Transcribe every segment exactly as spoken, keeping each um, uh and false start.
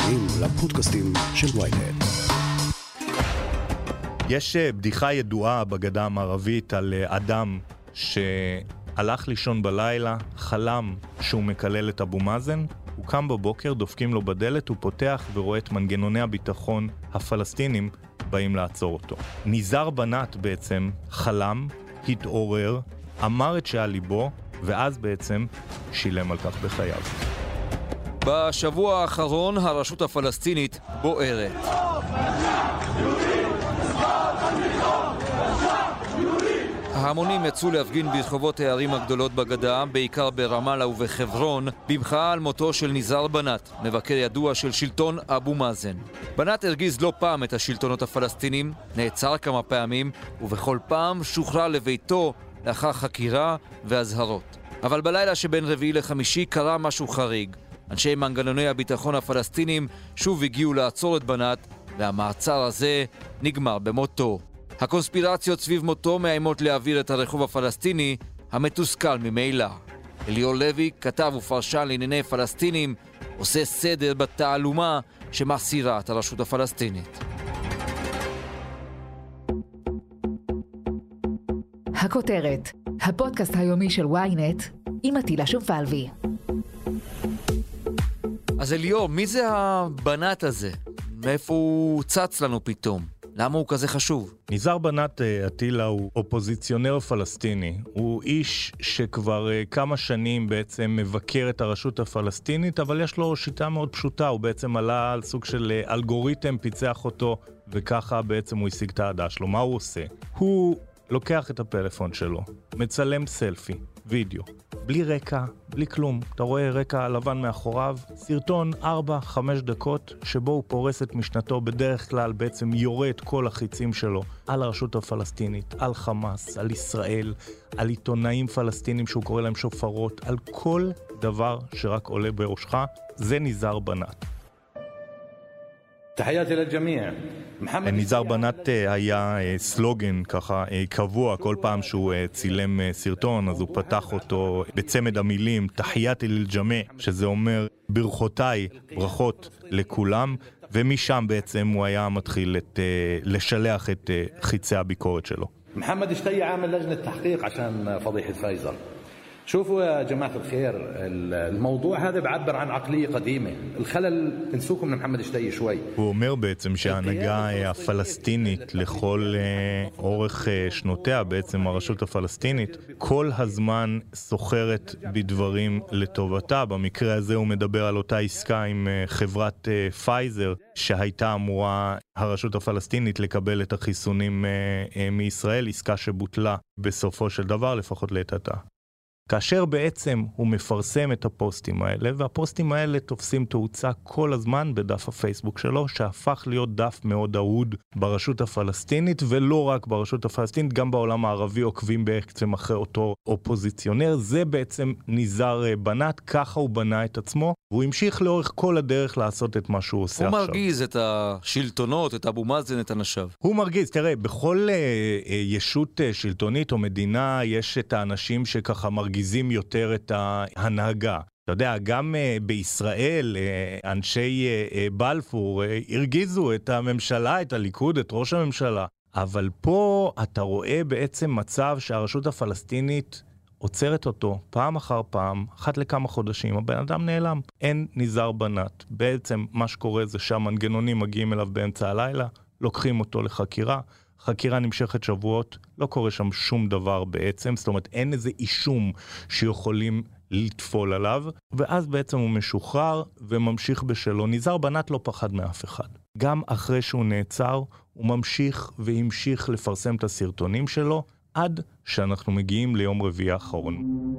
מאזינים לפודקאסטים של וויינט. יש בדיחה ידועה בגדה המערבית על אדם שהלך לישון בלילה, חלם שהוא מקלל את אבו מאזן, הוא קם בבוקר, דופקים לו בדלת, הוא פותח ורואה את מנגנוני הביטחון הפלסטינים באים לעצור אותו. ניזר בנת בעצם חלם, התעורר, אמר את שעל ליבו, ואז בעצם שילם על כך בחייו. בשבוע האחרון הרשות הפלסטינית בוערת. ההמונים יצאו להפגין ברחובות הערים הגדולות בגדה, בעיקר ברמאללה ובחברון, במחאה על מותו של ניזר בנת, מבקר ידוע של שלטון אבו מאזן. בנת הרגיז לא פעם את השלטונות הפלסטינים, נעצר כמה פעמים, ובכל פעם שוחרר לביתו לאחר חקירה והזהרות. אבל בלילה שבין רביעי לחמישי קרה משהו חריג. אנשי מנגנוני הביטחון הפלסטינים שוב הגיעו לעצור את בנת, והמעצר הזה נגמר במותו. הקונספירציות סביב מותו מאיימות להעביר את הרחוב הפלסטיני המתוסכל ממילא. אליאור לוי, כתב ופרשן לענייני פלסטינים, עושה סדר בתעלומה שמחסירה את הרשות הפלסטינית. הכותרת, הפודקאסט היומי של וויינט עם עטילה שומפלבי. אז אליאור, מי זה הבנת הזה? מאיפה הוא צץ לנו פתאום? למה הוא כזה חשוב? ניזר בנת עטילה הוא אופוזיציונר פלסטיני. הוא איש שכבר כמה שנים בעצם מבקר את הרשות הפלסטינית, אבל יש לו שיטה מאוד פשוטה. הוא בעצם עלה על סוג של אלגוריתם, פיצח אותו, וככה בעצם הוא השיג את העדה שלו. מה הוא עושה? הוא לוקח את הפלאפון שלו, מצלם סלפי, וידאו, בלי רקע, בלי כלום. אתה רואה רקע לבן מאחוריו, סרטון ארבע חמש דקות שבו הוא פורס את משנתו, בדרך כלל בעצם יורה את כל החיצים שלו על הרשות הפלסטינית, על חמאס, על ישראל, על עיתונאים פלסטינים שהוא קורא להם שופרות, על כל דבר שרק עולה בראשך. זה ניזר בנת. תחייתי לג'מיע. ניזר בנת היה סלוגן ככה קבוע, כל פעם שהוא צילם סרטון אז הוא פתח אותו בצמד המילים תחייתי לג'מיע, שזה אומר ברכותיי, ברכות לכולם, ומשם בעצם הוא היה מתחיל את, לשלח את חיצי הביקורת שלו. محمد اشتي عامل لجنة تحقيق عشان فضيحة فايزر. شوفوا يا جماعة الخير، الموضوع هذا بعبر عن عقلية قديمة. الخلل تنسوكم لمحمد اشتي شوي. הוא אומר בעצם שההנהגה הפלסטינית לכל אורך שנותיה, בעצם הרשות הפלסטינית, כל הזמן סוחרת בדברים לטובתה. במקרה הזה הוא מדבר על אותה עסקה עם חברת פייזר, שהייתה אמורה הרשות הפלסטינית לקבל את החיסונים מישראל, עסקה שבוטלה בסופו של דבר, לפחות לעת עתה. כאשר בעצם הוא מפרסם את הפוסטים האלה, והפוסטים האלה תופסים תאוצה כל הזמן בדף הפייסבוק שלו, שהפך להיות דף מאוד אהוד ברשות הפלסטינית, ולא רק ברשות הפלסטינית, גם בעולם הערבי עוקבים בעצם אחרי אותו אופוזיציונר. זה בעצם ניזר בנת, ככה הוא בנה את עצמו, והוא המשיך לאורך כל הדרך לעשות את מה שהוא עושה הוא עכשיו. הוא מרגיז את השלטונות, את אבו מאזן, את אנשיו. הוא מרגיז, תראה, בכל אה, אה, ישות אה, שלטונית או מדינה, יש את האנשים שככה מרגיזים, מרגיזים יותר את ההנהגה. אתה יודע, גם uh, בישראל uh, אנשי uh, uh, בלפור uh, הרגיזו את הממשלה, את הליכוד, את ראש הממשלה. אבל פה אתה רואה בעצם מצב שהרשות הפלסטינית עוצרת אותו פעם אחר פעם, אחת לכמה חודשים, הבן אדם נעלם. אין ניזר בנת. בעצם מה שקורה זה שהמנגנונים מגיעים אליו באמצע הלילה, לוקחים אותו לחקירה, חקירה נמשכת שבועות, לא קורה שם שום דבר בעצם, זאת אומרת אין איזה אישום שיכולים לטפול עליו, ואז בעצם הוא משוחרר וממשיך בשלו. ניזר בנת לא פחד מאף אחד. גם אחרי שהוא נעצר, הוא ממשיך והמשיך לפרסם את הסרטונים שלו, עד שאנחנו מגיעים ליום רביעי האחרון.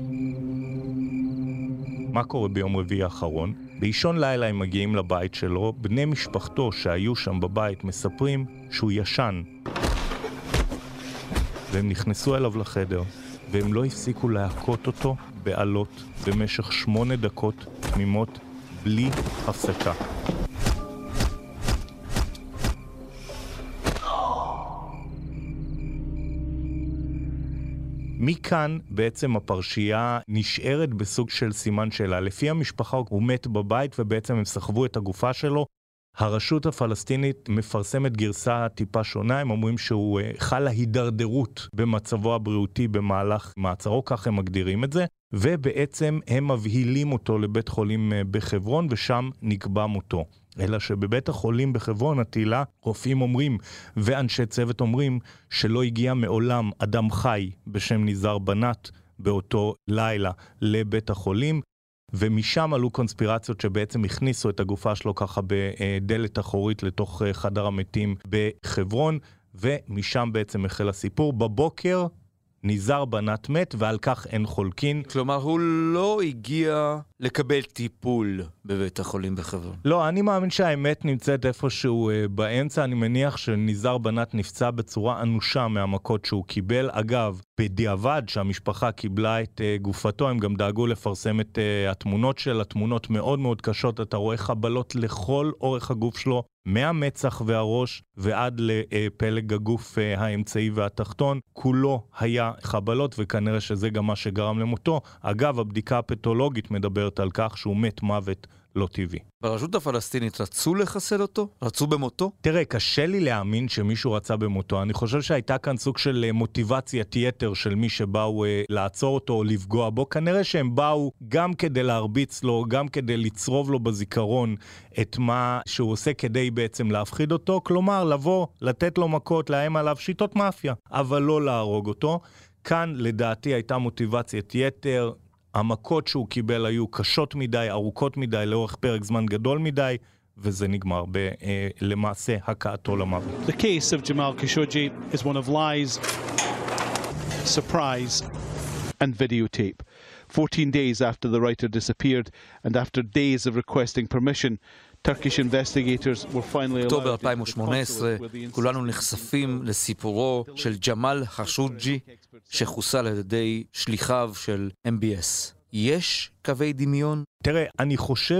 מה קורה ביום רביעי האחרון? באישון לילה הם מגיעים לבית שלו, בני משפחתו שהיו שם בבית מספרים שהוא ישן. והם נכנסו אליו לחדר, והם לא הפסיקו להכות אותו בעלות במשך שמונה דקות תמימות בלי הפסקה. מכאן בעצם הפרשייה נשארת בסוג של סימן שאלה. לפי המשפחה הוא מת בבית ובעצם הם סחבו את הגופה שלו הרשות הפלסטינית מפרסמת גרסה טיפה שונה, הם אומרים שהוא חלה הידרדרות במצבו הבריאותי במהלך מעצרו, כך הם מגדירים את זה, ובעצם הם מבהילים אותו לבית חולים בחברון, ושם נקבע מותו. אלא שבבית החולים בחברון התהילה, רופאים אומרים ואנשי צוות אומרים שלא הגיע מעולם אדם חי בשם ניזר בנת באותו לילה לבית החולים, ומשם עלו קונספירציות שבעצם הכניסו את הגופה שלו ככה בדלת אחורית לתוך חדר המתים בחברון, ומשם בעצם החל הסיפור. בבוקר ניזר בנת מת, ועל כך אין חולקין. כלומר, הוא לא הגיע לקבל טיפול בבית החולים בחברון. לא, אני מאמין שהאמת נמצאת איפשהו אה, באמצע. אני מניח שניזר בנת נפצע בצורה אנושה מהמכות שהוא קיבל. אגב, בדיעבד שהמשפחה קיבלה את אה, גופתו, הם גם דאגו לפרסם את אה, התמונות של, התמונות מאוד מאוד קשות. אתה רואה חבלות לכל אורך הגוף שלו, מהמצח והראש ועד לפלג הגוף האמצעי והתחתון, כולו היה חבלות, וכנראה שזה גם מה שגרם למותו. אגב, הבדיקה הפתולוגית מדברת על כך שהוא מת מוות לא טבעי. ברשות הפלסטינית רצו לחסל אותו? רצו במותו? תראה, קשה לי להאמין שמישהו רצה במותו. אני חושב שהייתה כאן סוג של מוטיבציית יתר של מי שבאו אה, לעצור אותו או לפגוע בו. כנראה שהם באו גם כדי להרביץ לו, גם כדי לצרוב לו בזיכרון את מה שהוא עושה כדי בעצם להפחיד אותו. כלומר, לבוא, לתת לו מכות, לאיים עליו שיטות מאפיה, אבל לא להרוג אותו. כאן לדעתי הייתה מוטיבציית יתר. המכות שהוא קיבל היו קשות מדי, ארוכות מדי, לאורך פרק זמן גדול מדי, וזה נגמר למעשה הכאתו למוות. The case of Jamal Khashoggi is one of lies, surprise and videotape. fourteen days after the writer disappeared and after days of requesting permission, Turkish investigators were finally allowed... אוקטובר אלפיים ושמונה עשרה, כולנו נחשפים לסיפורו של ג'מאל חשוג'י, שחוסל על ידי שליחיו של אם בי אס. יש קווי דמיון? תראה, אני חושב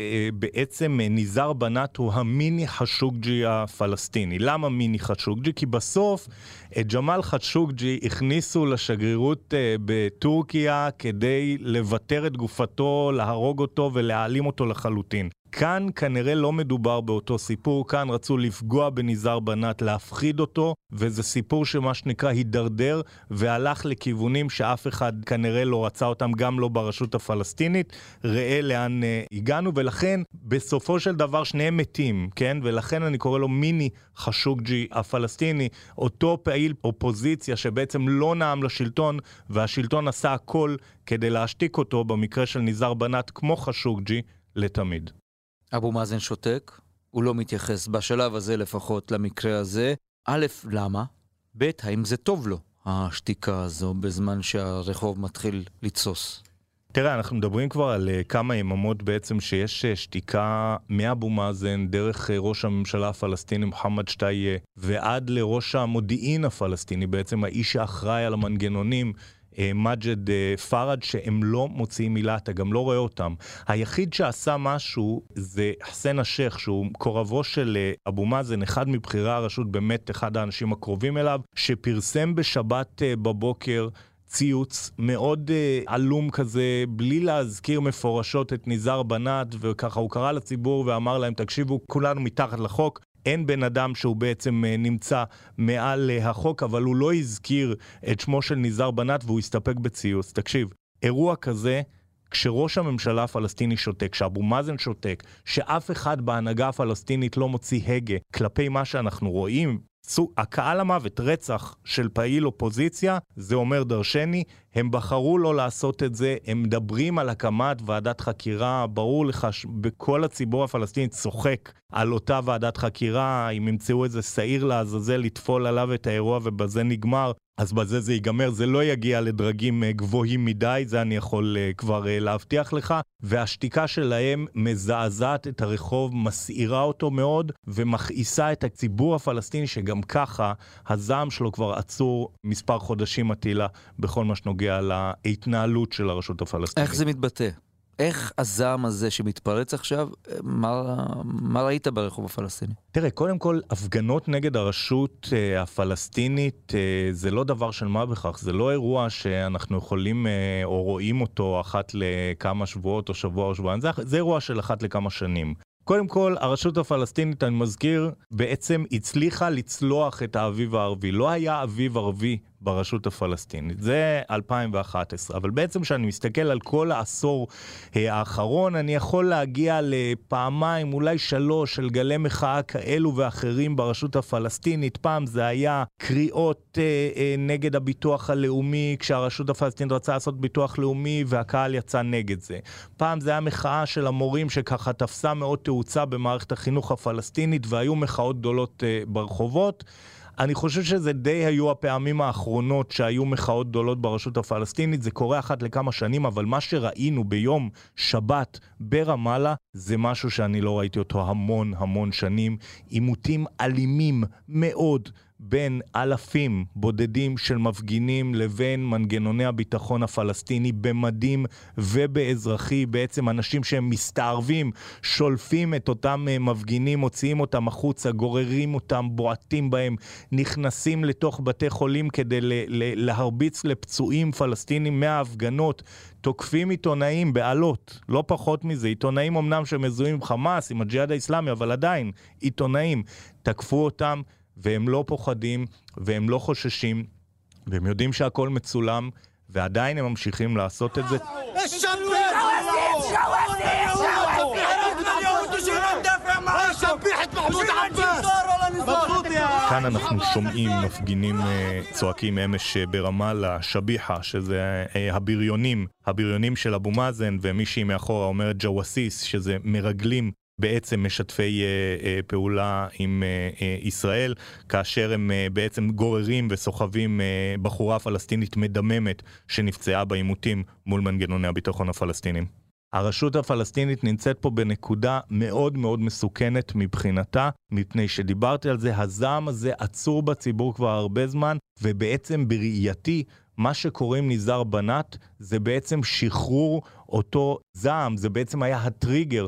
שבעצם ניזר בנת הוא המיני חשוג'י הפלסטיני. למה מיני חשוג'י? כי בסוף את ג'מאל חשוג'י הכניסו לשגרירות בטורקיה כדי לוותר את גופתו, להרוג אותו ולהעלים אותו לחלוטין. כאן כנראה לא מדובר באותו סיפור, כאן רצו לפגוע בניזר בנת, להפחיד אותו, וזה סיפור שמה שנקרא הידרדר, והלך לכיוונים שאף אחד כנראה לא רצה אותם, גם לא ברשות הפלסטינית. ראה לאן uh, הגענו, ולכן בסופו של דבר שניהם מתים, כן? ולכן אני קורא לו מיני חשוג'י הפלסטיני, אותו פעיל אופוזיציה שבעצם לא נעם לשלטון, והשלטון עשה הכל כדי להשתיק אותו, במקרה של ניזר בנת כמו חשוג'י, לתמיד. אבו מאזן שותק, הוא לא מתייחס בשלב הזה לפחות למקרה הזה. א', למה? ב', האם זה טוב לו, השתיקה הזו, בזמן שהרחוב מתחיל לצוס? תראה, אנחנו מדברים כבר על uh, כמה יממות בעצם שיש uh, שתיקה מאבו מאזן דרך uh, ראש הממשלה הפלסטיני מוחמד שטאיה ועד לראש המודיעין הפלסטיני, בעצם האיש האחראי על המנגנונים, מג'ד פרד, שהם לא מוציאים מילה, אתה גם לא רואה אותם. היחיד שעשה משהו זה חסן השייח, שהוא קורבו של אבו מאזן, אחד מבחירי הרשות, באמת אחד האנשים הקרובים אליו, שפרסם בשבת בבוקר ציוץ מאוד עלום כזה, בלי להזכיר מפורשות את ניזר בנת, וככה הוא קרא לציבור ואמר להם, תקשיבו, כולנו מתחת לחוק, אין בן אדם שהוא בעצם נמצא מעל החוק, אבל הוא לא הזכיר את שמו של ניזר בנת והוא הסתפק בציוץ. תקשיב, אירוע כזה, כשראש הממשלה הפלסטיני שותק, כשאבו מאזן שותק, שאף אחד בהנהגה הפלסטינית לא מוציא הגה כלפי מה שאנחנו רואים, הקהל המוות, רצח של פעיל אופוזיציה, זה אומר דרשני. הם בחרו לא לעשות את זה, הם מדברים על הקמת ועדת חקירה, ברור לך שבכל הציבור הפלסטיני צוחק על אותה ועדת חקירה, אם ימצאו איזה שעיר לעזאזל לטפול עליו את האירוע ובזה נגמר, אז בזה זה ייגמר, זה לא יגיע לדרגים גבוהים מדי, זה אני יכול כבר להבטיח לך, והשתיקה שלהם מזעזעת את הרחוב, מסעירה אותו מאוד, ומכעיסה את הציבור הפלסטיני, שגם ככה הזעם שלו כבר עצור מספר חודשים עתילה, בכל מה שנוגע להתנהלות של הרשות הפלסטינית. איך זה מתבטא? איך הזעם הזה שמתפרץ עכשיו, מה, מה ראית ברחוב הפלסטיני? תראה, קודם כל, הפגנות נגד הרשות uh, הפלסטינית, uh, זה לא דבר של מה בכך, זה לא אירוע שאנחנו יכולים uh, או רואים אותו אחת לכמה שבועות או שבוע או שבועיים, זה, זה אירוע של אחת לכמה שנים. קודם כל, הרשות הפלסטינית, אני מזכיר, בעצם הצליחה לצלוח את האביב הערבי. לא היה אביב ערבי ברשות הפלסטינית. זה אלפיים ואחת עשרה. אבל בעצם כשאני מסתכל על כל העשור האחרון, אני יכול להגיע לפעמיים, אולי שלוש, של גלי מחאה כאלו ואחרים ברשות הפלסטינית. פעם זה היה קריאות אה, אה, נגד הביטוח הלאומי, כשהרשות הפלסטינית רצה לעשות ביטוח לאומי והקהל יצא נגד זה. פעם זה היה מחאה של המורים שככה תפסה מאוד תאוצה במערכת החינוך הפלסטינית, והיו מחאות גדולות אה, ברחובות. אני חושב שזה די היו הפעמים האחרונות שהיו מחאות גדולות ברשות הפלסטינית. זה קורה אחת לכמה שנים, אבל מה שראינו ביום שבת ברמאללה זה משהו שאני לא ראיתי אותו המון המון שנים. עימותים אלימים מאוד בין אלפים בודדים של מפגינים לבין מנגנוני הביטחון הפלסטיני במדים ובאזרחי. בעצם אנשים שהם מסתערבים, שולפים את אותם מפגינים, מוציאים אותם החוצה, גוררים אותם, בועטים בהם, נכנסים לתוך בתי חולים כדי ל- ל- להרביץ לפצועים פלסטינים מההפגנות, תוקפים עיתונאים בעלות, לא פחות מזה. עיתונאים אמנם שמזוהים עם חמאס, עם הג'יהאד האסלאמי, אבל עדיין עיתונאים תקפו אותם, והם לא פוחדים, והם לא חוששים, והם יודעים שהכל מצולם, ועדיין הם ממשיכים לעשות את זה. כאן אנחנו שומעים מפגינים צועקים אמש ברמאללה, שביחה, שזה הבריונים, הבריונים של אבו מאזן, ומישהי מאחורה אומרת ג'וואסיס, שזה מרגלים, בעצם משתפי uh, uh, פעולה עם uh, uh, ישראל, כאשר הם uh, בעצם גוררים וסוחבים uh, בחורה פלסטינית מדממת שנפצעה בעימותים מול מנגנוני הביטחון הפלסטינים. הרשות הפלסטינית נמצאת פה בנקודה מאוד מאוד מסוכנת מבחינתה, מפני שדיברתי על זה, הזעם הזה עצור בציבור כבר הרבה זמן, ובעצם בראייתי, מה שקורה עם ניזר בנט זה בעצם שחרור אותו זעם, זה בעצם היה הטריגר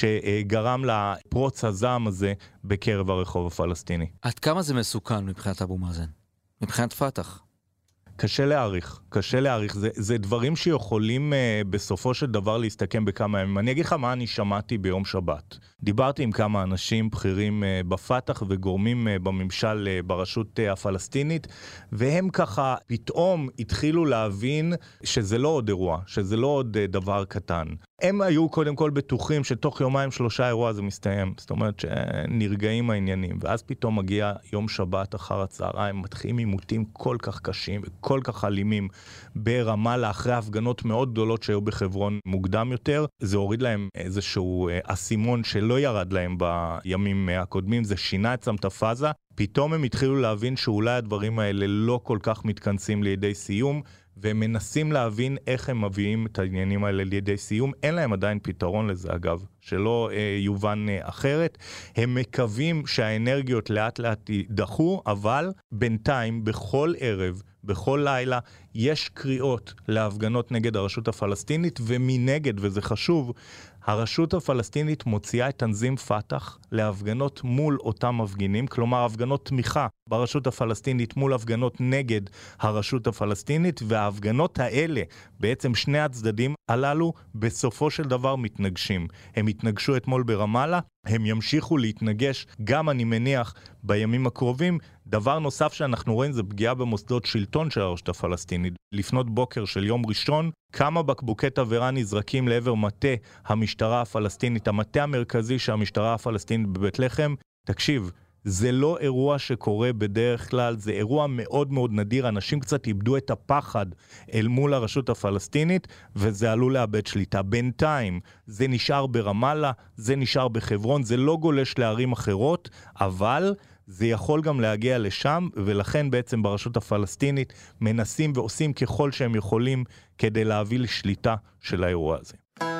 שגרם לפרוץ הזעם הזה בקרב הרחוב הפלסטיני. עד כמה זה מסוכן מבחינת אבו מאזן? מבחינת פתח? קשה להעריך, קשה להעריך. זה, זה דברים שיכולים uh, בסופו של דבר להסתכם בכמה ימים. אני אגיד לך מה אני שמעתי ביום שבת. דיברתי עם כמה אנשים בכירים uh, בפתח וגורמים uh, בממשל uh, ברשות uh, הפלסטינית, והם ככה פתאום התחילו להבין שזה לא עוד אירוע, שזה לא עוד uh, דבר קטן. הם היו קודם כל בטוחים שתוך יומיים שלושה אירוע זה מסתיים. זאת אומרת שנרגעים העניינים. ואז פתאום מגיע יום שבת אחר הצהריים, מתחילים עימותים כל כך קשים וכל כך אלימים ברמאללה, אחרי הפגנות מאוד גדולות שהיו בחברון מוקדם יותר. זה הוריד להם איזשהו אסימון שלא ירד להם בימים הקודמים, זה שינה את צמת הפאזה. פתאום הם התחילו להבין שאולי הדברים האלה לא כל כך מתכנסים לידי סיום, והם מנסים להבין איך הם מביאים את העניינים האלה לידי סיום. אין להם עדיין פתרון לזה, אגב, שלא אה, יובן אה, אחרת. הם מקווים שהאנרגיות לאט לאט ידחו, אבל בינתיים, בכל ערב, בכל לילה, יש קריאות להפגנות נגד הרשות הפלסטינית, ומנגד, וזה חשוב, הרשות הפלסטינית מוציאה את תנזים פתח להפגנות מול אותם מפגינים, כלומר הפגנות תמיכה ברשות הפלסטינית מול הפגנות נגד הרשות הפלסטינית, וההפגנות האלה, בעצם שני הצדדים הללו, בסופו של דבר מתנגשים. הם התנגשו אתמול ברמאללה, הם ימשיכו להתנגש גם, אני מניח, בימים הקרובים. דבר נוסף שאנחנו רואים זה פגיעה במוסדות שלטון של הרשות הפלסטינית. לפנות בוקר של יום ראשון, כמה בקבוקי תבערה נזרקים לעבר מטה המשטרה הפלסטינית, המטה המרכזי של המשטרה הפלסטינית בבית לחם. תקשיב, זה לא אירוע שקורה בדרך כלל, זה אירוע מאוד מאוד נדיר, אנשים קצת איבדו את הפחד אל מול הרשות הפלסטינית, וזה עלול לאבד שליטה. בינתיים זה נשאר ברמאללה, זה נשאר בחברון, זה לא גולש לערים אחרות, אבל זה יכול גם להגיע לשם, ולכן בעצם ברשות הפלסטינית מנסים ועושים ככל שהם יכולים כדי להביא לשליטה של האירוע הזה.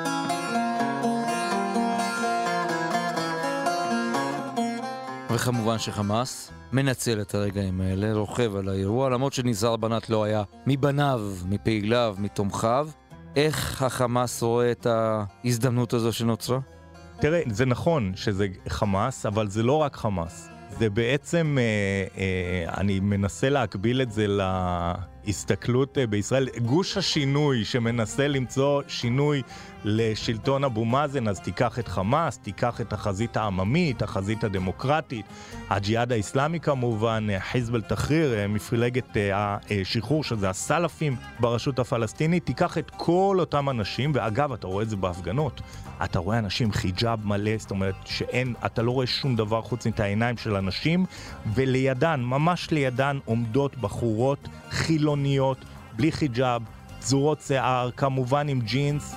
וכמובן שחמאס מנצל את הרגעים האלה, רוכב על האירוע, למרות שניזר בנט לא היה מבניו, מפעיליו, מתומכיו. איך החמאס רואה את ההזדמנות הזו שנוצרה? תראה, זה נכון שזה חמאס, אבל זה לא רק חמאס. זה בעצם, אה, אה, אני מנסה להקביל את זה הסתכלות בישראל, גוש השינוי שמנסה למצוא שינוי לשלטון אבו מאזן, אז תיקח את חמאס, תיקח את החזית העממית, החזית הדמוקרטית, הג'יהאד האסלאמי כמובן, חיזב אל-תחריר, מפלגת השחרור שזה הסלפים ברשות הפלסטינית, תיקח את כל אותם אנשים, ואגב, אתה רואה את זה בהפגנות, אתה רואה אנשים חיג'אב מלא, זאת אומרת שאין, אתה לא רואה שום דבר חוץ את העיניים של אנשים, ולידן, ממש לידן, עומדות בחורות חילוניות, בלי חיג'אב, צורות שיער, כמובן עם ג'ינס.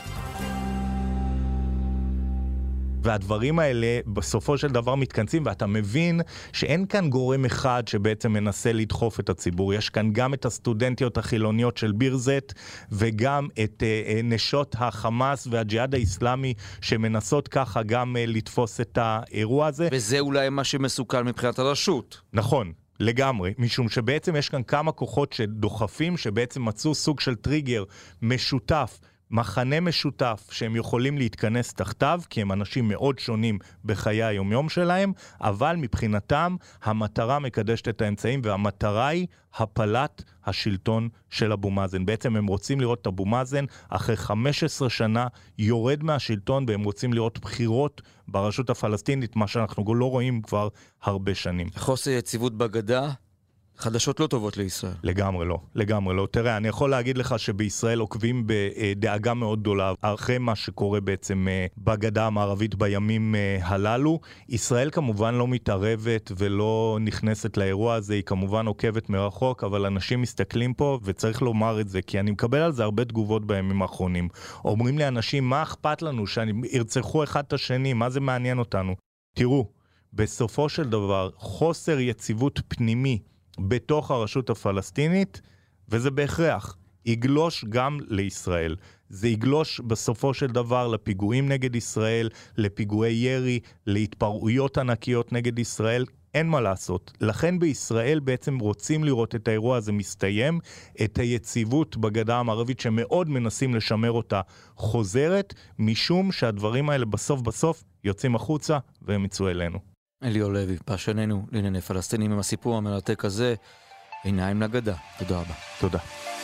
והדברים האלה בסופו של דבר מתכנסים, ואתה מבין שאין כאן גורם אחד שבעצם מנסה לדחוף את הציבור. יש כאן גם את הסטודנטיות החילוניות של בירזט, וגם את uh, נשות החמאס והג'יהאד האסלאמי, שמנסות ככה גם uh, לתפוס את האירוע הזה. וזה אולי מה שמסוכל מבחינת הרשות. נכון. לגמרי, משום שבעצם יש כאן כמה כוחות שדוחפים, שבעצם מצאו סוג של טריגר משותף, מחנה משותף שהם יכולים להתכנס תחתיו, כי הם אנשים מאוד שונים בחיי היומיום שלהם, אבל מבחינתם המטרה מקדשת את האמצעים, והמטרה היא הפלת השלטון של אבו מאזן. בעצם הם רוצים לראות את אבו מאזן אחרי חמש עשרה שנה יורד מהשלטון, והם רוצים לראות בחירות ברשות הפלסטינית, מה שאנחנו לא רואים כבר הרבה שנים. חוסר יציבות בגדה, חדשות לא טובות לישראל. לגמרי לא, לגמרי לא. תראה, אני יכול להגיד לך שבישראל עוקבים בדאגה מאוד גדולה אחרי מה שקורה בעצם בגדה המערבית בימים הללו. ישראל כמובן לא מתערבת ולא נכנסת לאירוע הזה, היא כמובן עוקבת מרחוק, אבל אנשים מסתכלים פה וצריך לומר את זה, כי אני מקבל על זה הרבה תגובות בימים האחרונים. אומרים לי אנשים, מה אכפת לנו שירצחו אחד את השני, מה זה מעניין אותנו? תראו, בסופו של דבר, חוסר יציבות פנימי בתוך הרשות הפלסטינית, וזה בהכרח, יגלוש גם לישראל. זה יגלוש בסופו של דבר לפיגועים נגד ישראל, לפיגועי ירי, להתפרעויות ענקיות נגד ישראל, אין מה לעשות. לכן בישראל בעצם רוצים לראות את האירוע הזה מסתיים, את היציבות בגדה המערבית שמאוד מנסים לשמר אותה חוזרת, משום שהדברים האלה בסוף בסוף יוצאים החוצה והם יצאו אלינו. אליאור לוי, פרשננו לענייני פלסטינים עם הסיפור המרתק הזה, עיניים לגדה. תודה רבה. תודה.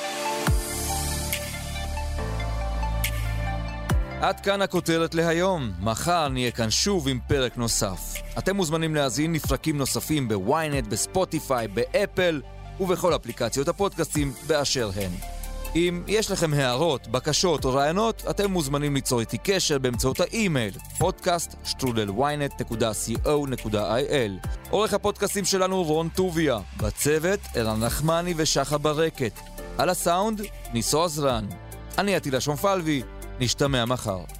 עד כאן הכותרת להיום. מחר נהיה כאן שוב עם פרק נוסף. אתם מוזמנים להזין לפרקים נוספים בוויינט, בספוטיפיי, באפל ובכל אפליקציות הפודקאסטים באשר הן. אם יש לכם הערות, בקשות או רעיונות, אתם מוזמנים ליצור איתי קשר באמצעות האימייל פודקאסט שטרודל וויינט נקודה סי או נקודה איי אל. עורך הפודקאסטים שלנו רון טוביה, בצוות ערן נחמני ושחה ברקת. על הסאונד ניסו עזרן. אני עטילה שומפלבי, נשתמע מחר.